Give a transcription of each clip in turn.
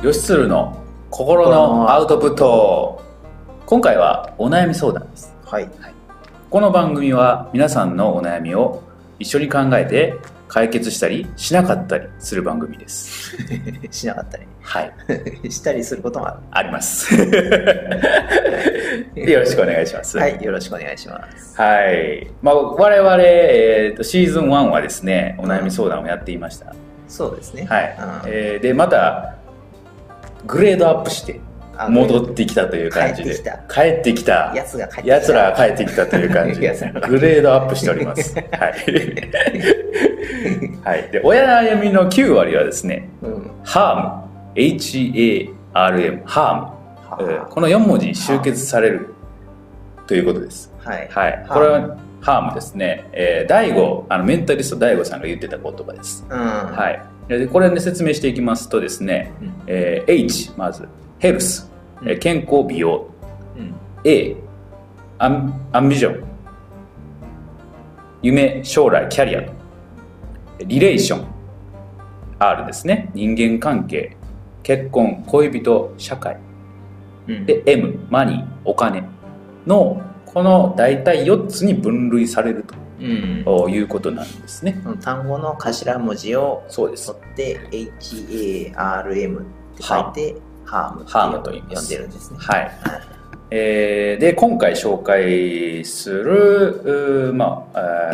よしつるの心のアウトプット。今回はお悩み相談です。 はい、 この番組は皆さんのお悩みを一緒に考えて解決したりしなかったりする番組です。 しなかったり、 はいしたりすることもありますよろしくお願いします。 はい、よろしくお願いします。 はい、我々、シーズン1はですね、お悩み相談をやっていました。 そうですね。 はい、でまたグレードアップして戻ってきたという感じで、帰ってきたやつらが帰ってきたという感じでグレードアップしております。はい、はい、で親悩みの9割はですね、ハーム HARM ハーム、この4文字に集結されるということです。はい、はい、これはハームですね。メンタリスト DAIGO さんが言ってた言葉です。はい、でこれで説明していきますとですね、H まずヘルス、健康美容、A アンビジョン夢将来キャリア、リレーション R ですね、人間関係結婚恋人社会、で M マニーお金のこの大体4つに分類されるということなんですね。 単語の頭文字を取って HARM って書いて、ハームと呼んでるんですね。 はい、で今回紹介するマ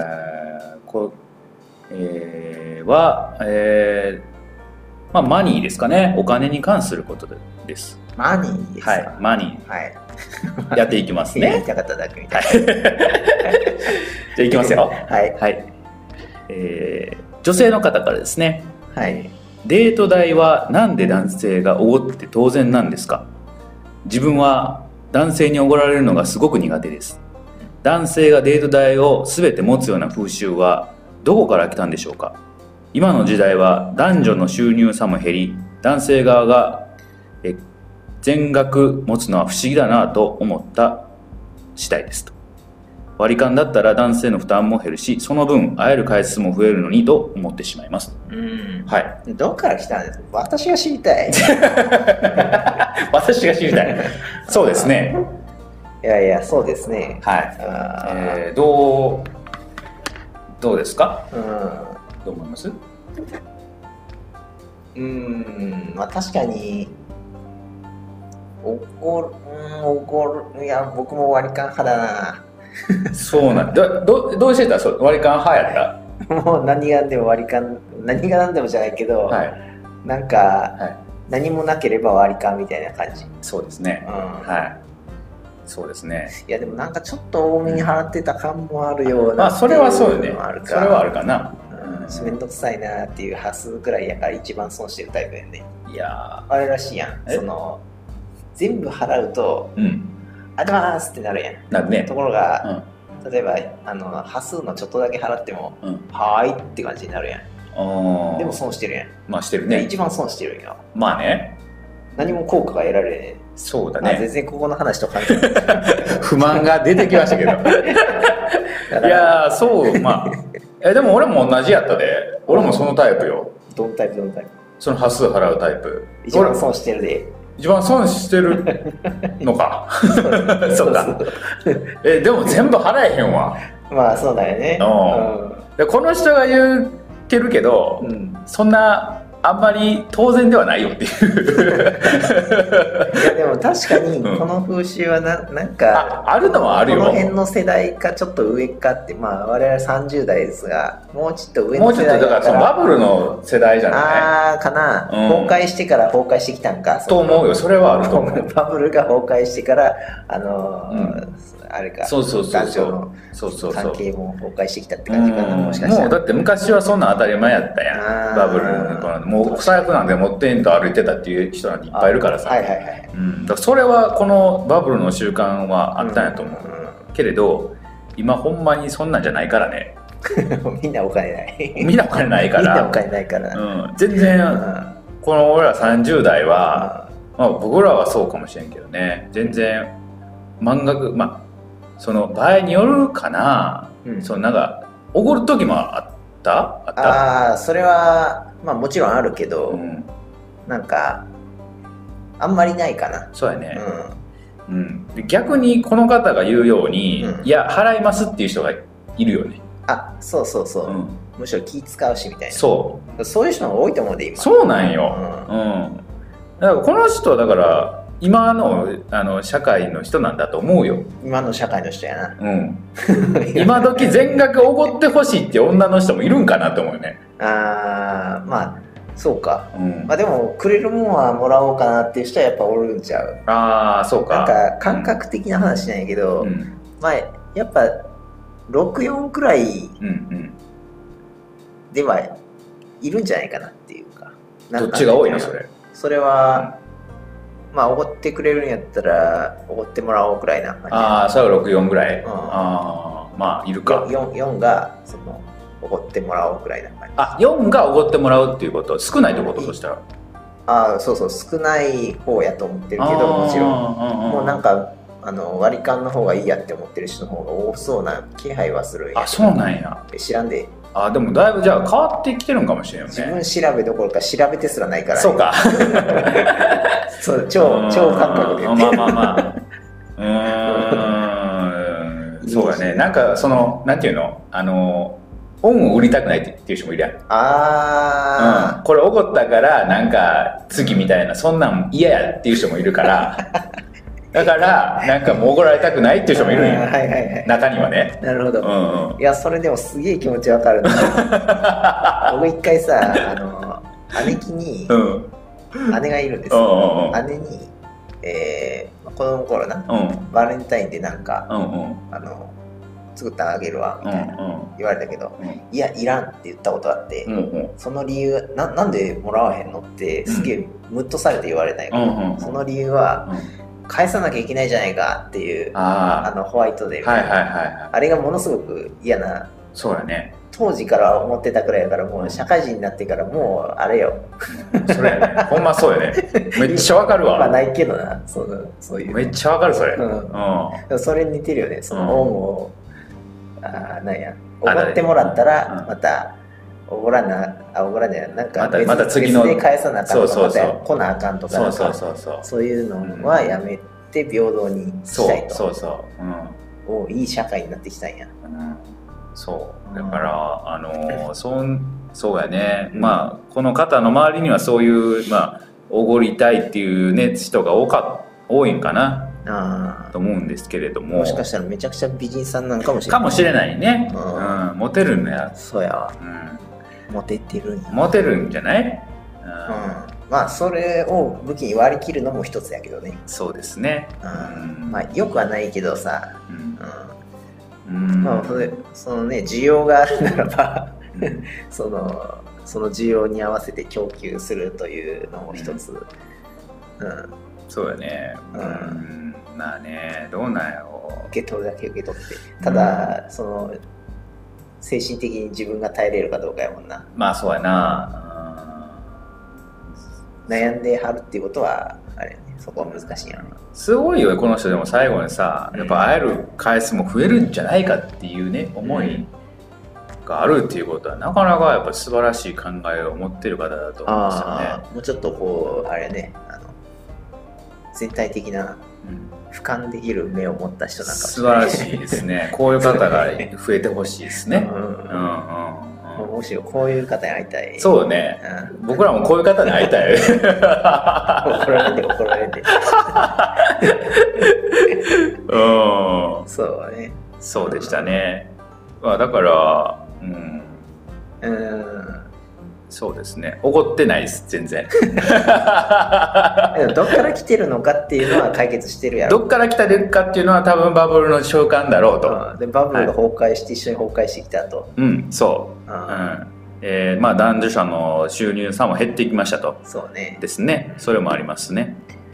ニーですかね。お金に関することです。 マニーですか。 はい、マニー、はい、やっていきますね。 言いたかっただけみたいな。 じゃあいきますよ。 はい、はい、 女性の方からですね。 はい、 デート代はなんで男性がおごって当然なんですか？自分は男性におごられるのがすごく苦手です。男性がデート代を全て持つような風習はどこから来たんでしょうか？今の時代は男女の収入差も減り、男性側が全額持つのは不思議だなと思った次第ですと。割り勘だったら男性の負担も減るし、その分会える回数も増えるのにと思ってしまいます。はい。 どっから来たんですか？私が知りたい。 私が知りたい。そうですね。 いやいや、そうですね。 はい。どうですか？どう思います？ 確かにおごる、いや僕も割り勘派だな。 そうなんだ。どうしてた？割り勘派やった？もう何が何でも割り勘、何が何でもじゃないけど、はい、なんか、はい、何もなければ割り勘みたいな感じ。 そうですね。はい。そうですね。 いやでもなんかちょっと多めに払ってた感もあるような。 それはそうよね。それはあるかな。 めんどくさいなっていう端数くらいやから一番損してるタイプやね。 いやあれらしいやん。全部払うと、ありますってなるやん。 なるね。 ところが、例えば端数のちょっとだけ払っても、はーいって感じになるやん。でも損してるやん。 まあしてるね。 一番損してるんよ。 まあね。 何も効果が得られねえ。 そうだね。 全然ここの話と関係ない。 不満が出てきましたけど。いやー、そう、まあ。でも俺も同じやったで。俺もそのタイプよ。 どのタイプ？ その端数払うタイプ。 一番損してるで。 一番損してるのか。そうか。でも全部払えへんわ。 まあそうだよね。 でこの人が言ってるけど、そんなあんまり当然ではないよっていう。 いやでも確かにこの風習はなんかあるのはあるよ。 この辺の世代かちょっと上かって、まあ我々30代ですが、もうちょっと上の世代だから。 もうちょっとだからそのバブルの世代じゃない？ かな、崩壊してから崩壊してきたんか。 と思うよ。それはあると思う。 バブルが崩壊してからあれか。 そう男女の関係も崩壊してきたって感じかな、もしかしたら。 もうだって昔はそんな当たり前やったやん。バブルのもう財布なんで持ってんと歩いてたっていう人なんていっぱいいるからさ。だからそれはこのバブルの習慣はあったんやと思う。けれど今ほんまにそんなんじゃないからね。 みんなお金ない。 みんなお金ないから。 みんなお金ないから。 全然この俺ら30代は、まあ僕らはそうかもしれんけどね。全然満額、まあその場合によるかな。そのなんかおごる時もあった。 それはまあもちろんあるけど、なんかあんまりないかな。 そうやね、で逆にこの方が言うように、いや払いますっていう人がいるよね。 そうそうそう、むしろ気使うしみたいな。そういう人が多いと思うんで今。 そうなんよ、だからこの人はだから今の社会の人なんだと思うよ。 今の社会の人やな。 今時全額おごってほしいって女の人もいるんかなと思うよね。 まあそうか、まあでもくれるもんはもらおうかなっていう人はやっぱおるんちゃう。 そうか。 なんか感覚的な話なんやけど、まあやっぱ64くらいではいるんじゃないかなっていうか。 どっちが多いのそれ。 それは、まあおごってくれるんやったらおごってもらおうくらいな感じ。 それは64ぐらい。まあいるか。 4がおごってもらおうくらいな感じ。 4がおごってもらうっていうこと少ないってこと。そしたらそうそう、少ない方やと思ってるけど、もちろんもうなんか割り勘の方がいいやって思ってる人の方が多そうな気配はするんや。 そうなんや。 知らんで。 でもだいぶじゃあ変わってきてるんかもしれんよね。 自分調べどころか調べてすらないから、ね、 そうかそう超感覚で言ってそうやね。なんかなんていうの恩を売りたくないっていう人もいるやん。これおごったからなんか次みたいな、そんなん嫌やっていう人もいるからだからなんかもうおごられたくないっていう人もいるんよ、中にはね。 なるほど、いやそれでもすげえ気持ちわかるな僕一回さ姉貴に、姉がいるんですよ、姉に、子供の頃な、バレンタインでなんか、作ってあげるわみたいな言われたけど、いやいらんって言ったことあって、その理由なんでもらわへんのってすげえムッとされて言われたんやけど、その理由は、返さなきゃいけないじゃないかっていうホワイトデー、あれがものすごく嫌な。 そうやね。 当時から思ってたくらいやから、もう社会人になってからもうあれよそれやね。ほんまそうやね。めっちゃわかるわ。 まあないけどな、そういう。 めっちゃわかるそれ。 それに似てるよね。その恩をなんやおごってもらったらまたおごらんじゃないなんかまた次の別で返さなあかんとか、また来なあかんとか、そういうのはやめて平等にしたいと。いい社会になってきたんや。 そうだからそうやね。まあこの方の周りにはそういうおごりたいっていうね人が多いんかなと思うんですけれども、 もしかしたらめちゃくちゃ美人さんなんかもしれないね。モテるんや。 そうやわ、モテてるんや。 モテるんじゃない？ まあそれを武器に割り切るのも一つやけどね。 そうですね。 まあよくはないけどさ、まあそのね需要があるならばその需要に合わせて供給するというのも一つ。 そうやね。まあね、どうなんやろう。 受け取るだけ受け取って、ただ精神的に自分が耐えれるかどうかやもんな。 まあそうやな。 悩んではるっていうことはあれね、そこは難しいやろ。 すごいよね、この人。でも最後にさ、やっぱ会える回数も増えるんじゃないかっていうね思いがあるっていうことは、なかなかやっぱ素晴らしい考えを持ってる方だと思うんですよね。 もうちょっとあれね、全体的な俯瞰できる目を持った人なんかも素晴らしいですね。こういう方が増えてほしいですね。 むしろこういう方に会いたい。 そうね、僕らもこういう方に会いたい。 怒られてそうね。 そうでしたね。だからそうですね。おごってないです、全然。 どっから来てるのかっていうのは解決してるやろ。 どっから来てるかっていうのは多分バブルの習慣だろうと。 でバブルが崩壊して一緒に崩壊してきたと。 そう。まあ男女者の収入差も減っていきましたと。 そうね。 ですね。それもありますね。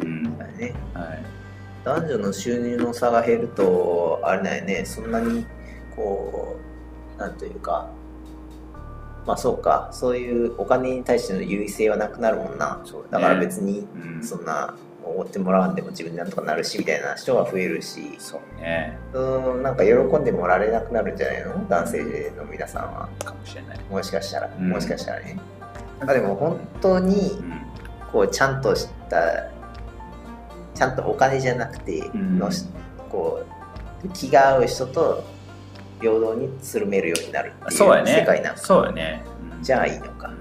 男女の収入の差が減るとあれだよね。そんなになんというか。まあそうか、そういうお金に対しての優位性はなくなるもんな。だから別にそんなおごってもらわんでも自分でなんとかなるしみたいな人が増えるし、 そうね。 なんか喜んでもらえなくなるんじゃないの、男性の皆さんは。 かもしれない。 もしかしたらね。なんかでも本当にこうちゃんとしたちゃんとお金じゃなくての、 うん、 こう気が合う人と平等につるめるようになるっていうそうやね、 世界なんか。 そうやね、うん、 じゃあいいのか。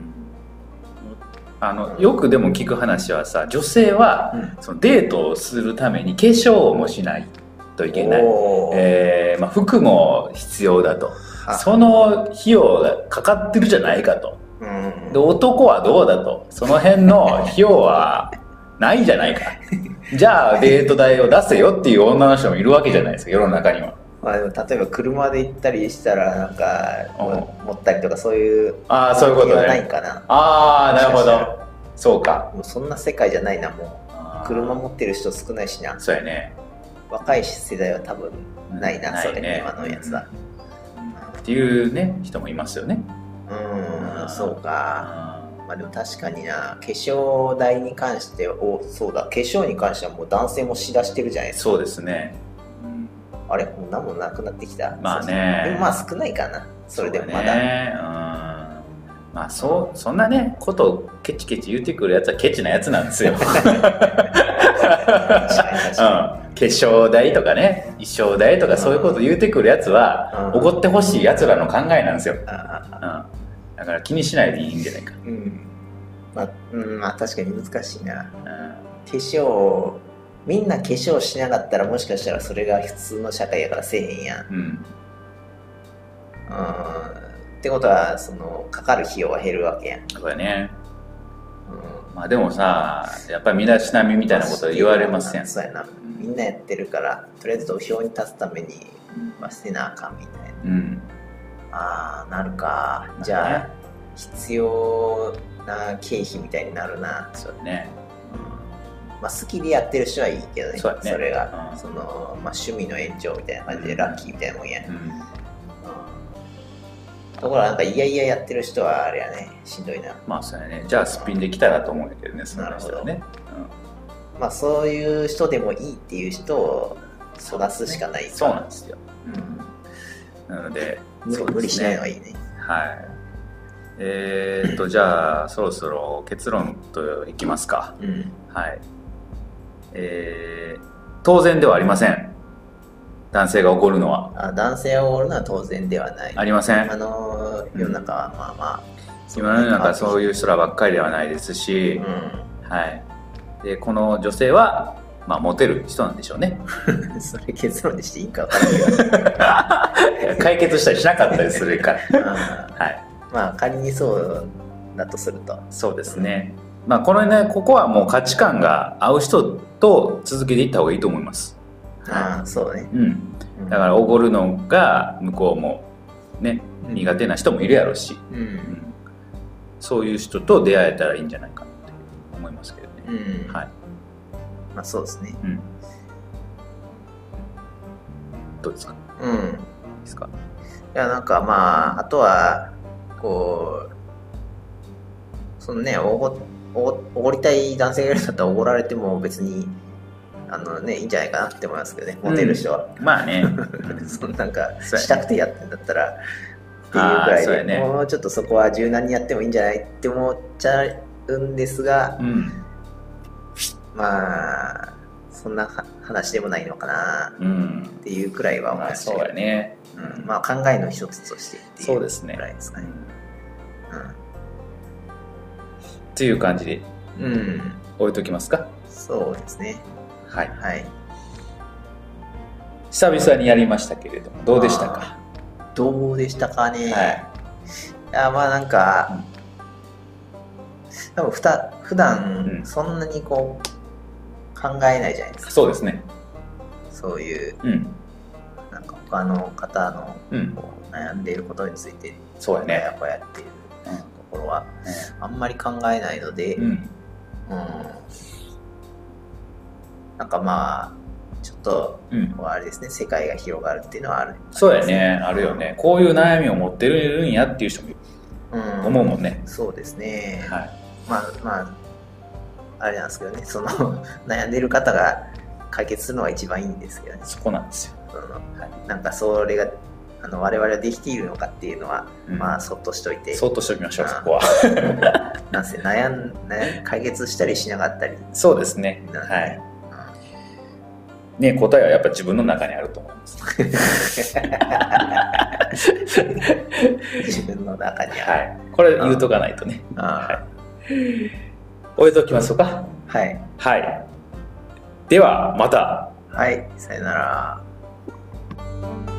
よくでも聞く話はさ、女性はそのデートをするために化粧もしないといけない、まあ、服も必要だと、その費用がかかってるじゃないかと、で男はどうだと、その辺の費用はないじゃないかじゃあデート代を出せよっていう女の人もいるわけじゃないですか、世の中には。 まあ、でも例えば車で行ったりしたらなんか持ったりとかそういう、 そういうことね。 ないかな。 なるほど、そうか。 もうそんな世界じゃないな、もう車持ってる人少ないしな。 そうやね。 若い世代は多分ないな、それね、今のやつは、 っていうね人もいますよね。 そうか。まあでも確かにな、化粧代に関してそうだ、化粧に関してはもう男性もしだしてるじゃないですか。 そうですね。 あれ、もう何もなくなってきた。 まあね。 でもまあ少ないかな、それでもまだ。 まあそんなねことをケチケチ言ってくるやつはケチなやつなんですよ。化粧代とかね、衣装代とかそういうこと言ってくるやつはおごってほしいやつらの考えなんですよ。だから気にしないでいいんじゃないか。 まあ確かに難しいな。化粧、みんな化粧しなかったらもしかしたらそれが普通の社会やからせえへんやん。ってことはそのかかる費用は減るわけやん。 そうやね。まあでもさ、やっぱり身だしなみみたいなこと言われますやん。 そうやな。みんなやってるからとりあえず土俵に立つためにせなあかんみたいな。なるか。じゃあ必要な経費みたいになるな。 そうね。 まあ好きでやってる人はいいけどね。それがそのまあ趣味の延長みたいな感じでラッキーみたいなもんや。ところがなんかいやいややってる人はあれやね、しんどいな。 まあそうやね。じゃあすっぴんできたらと思うんだけどね、その人はね。 まあそういう人でもいいっていう人を探すしかない。 そうなんですよ。なので無理しないのがいいね。 はい。じゃあそろそろ結論といきますか。はい。当然ではありません。男性が怒るのは。 男性が怒るのは当然ではない。 ありません。 世の中はまあまあ。 今の世の中はそういう人らばっかりではないですし、はい。でこの女性はまあモテる人なんでしょうね。 それ結論にしていいか分からないけど。 解決したりしなかったりするから。はい。 まあ仮にそうだとすると。 そうですね。まあこのね、ここはもう価値観が合う人と続けていった方がいいと思います。 そうね。 だからおごるのが向こうもね、苦手な人もいるやろうし、そういう人と出会えたらいいんじゃないかって思いますけどね。はい。 まあそうですね。 どうですか？いいですか？ いや、なんかまああとはこうそのね、おごりたい男性がいるんだったらおごられても別にいいんじゃないかなって思いますけどね、モテる人は。 まあね。 そんなんかしたくてやってんだったらっていうくらいで、もうちょっとそこは柔軟にやってもいいんじゃないって思っちゃうんですが、まあそんな話でもないのかなっていうくらいは思います。 そうやね。 まあ考えの一つとしてっていうくらいですかね。 っていう感じで置いときますか。 そうですね。 はい。久々にやりましたけれども、どうでしたか？ どうでしたかね。いや、まあなんか、多分普段そんなにこう考えないじゃないですか。 そうですね。 そういうなんか他の方の悩んでいることについてそうやね。 やっぱやっているところはあんまり考えないので、なんかまあちょっとあれですね、世界が広がるっていうのはある。 そうやね、あるよね。こういう悩みを持ってるんやっていう人も思うもんね。 そうですね。まああれなんですけどね、その悩んでる方が解決するのが一番いいんですけどね。 そこなんですよ。 なんかそれが我々はできているのかっていうのは、まあそっとしといて。 そっとしておきましょう、そこは。 なんせ解決したりしなかったり。 そうですね。はい。 ね、答えはやっぱ自分の中にあると思います自分の中にある、 はい、これ言うとかないとね、はい、終えときましょうか。 はい、 はい、ではまた。 はい、さよなら。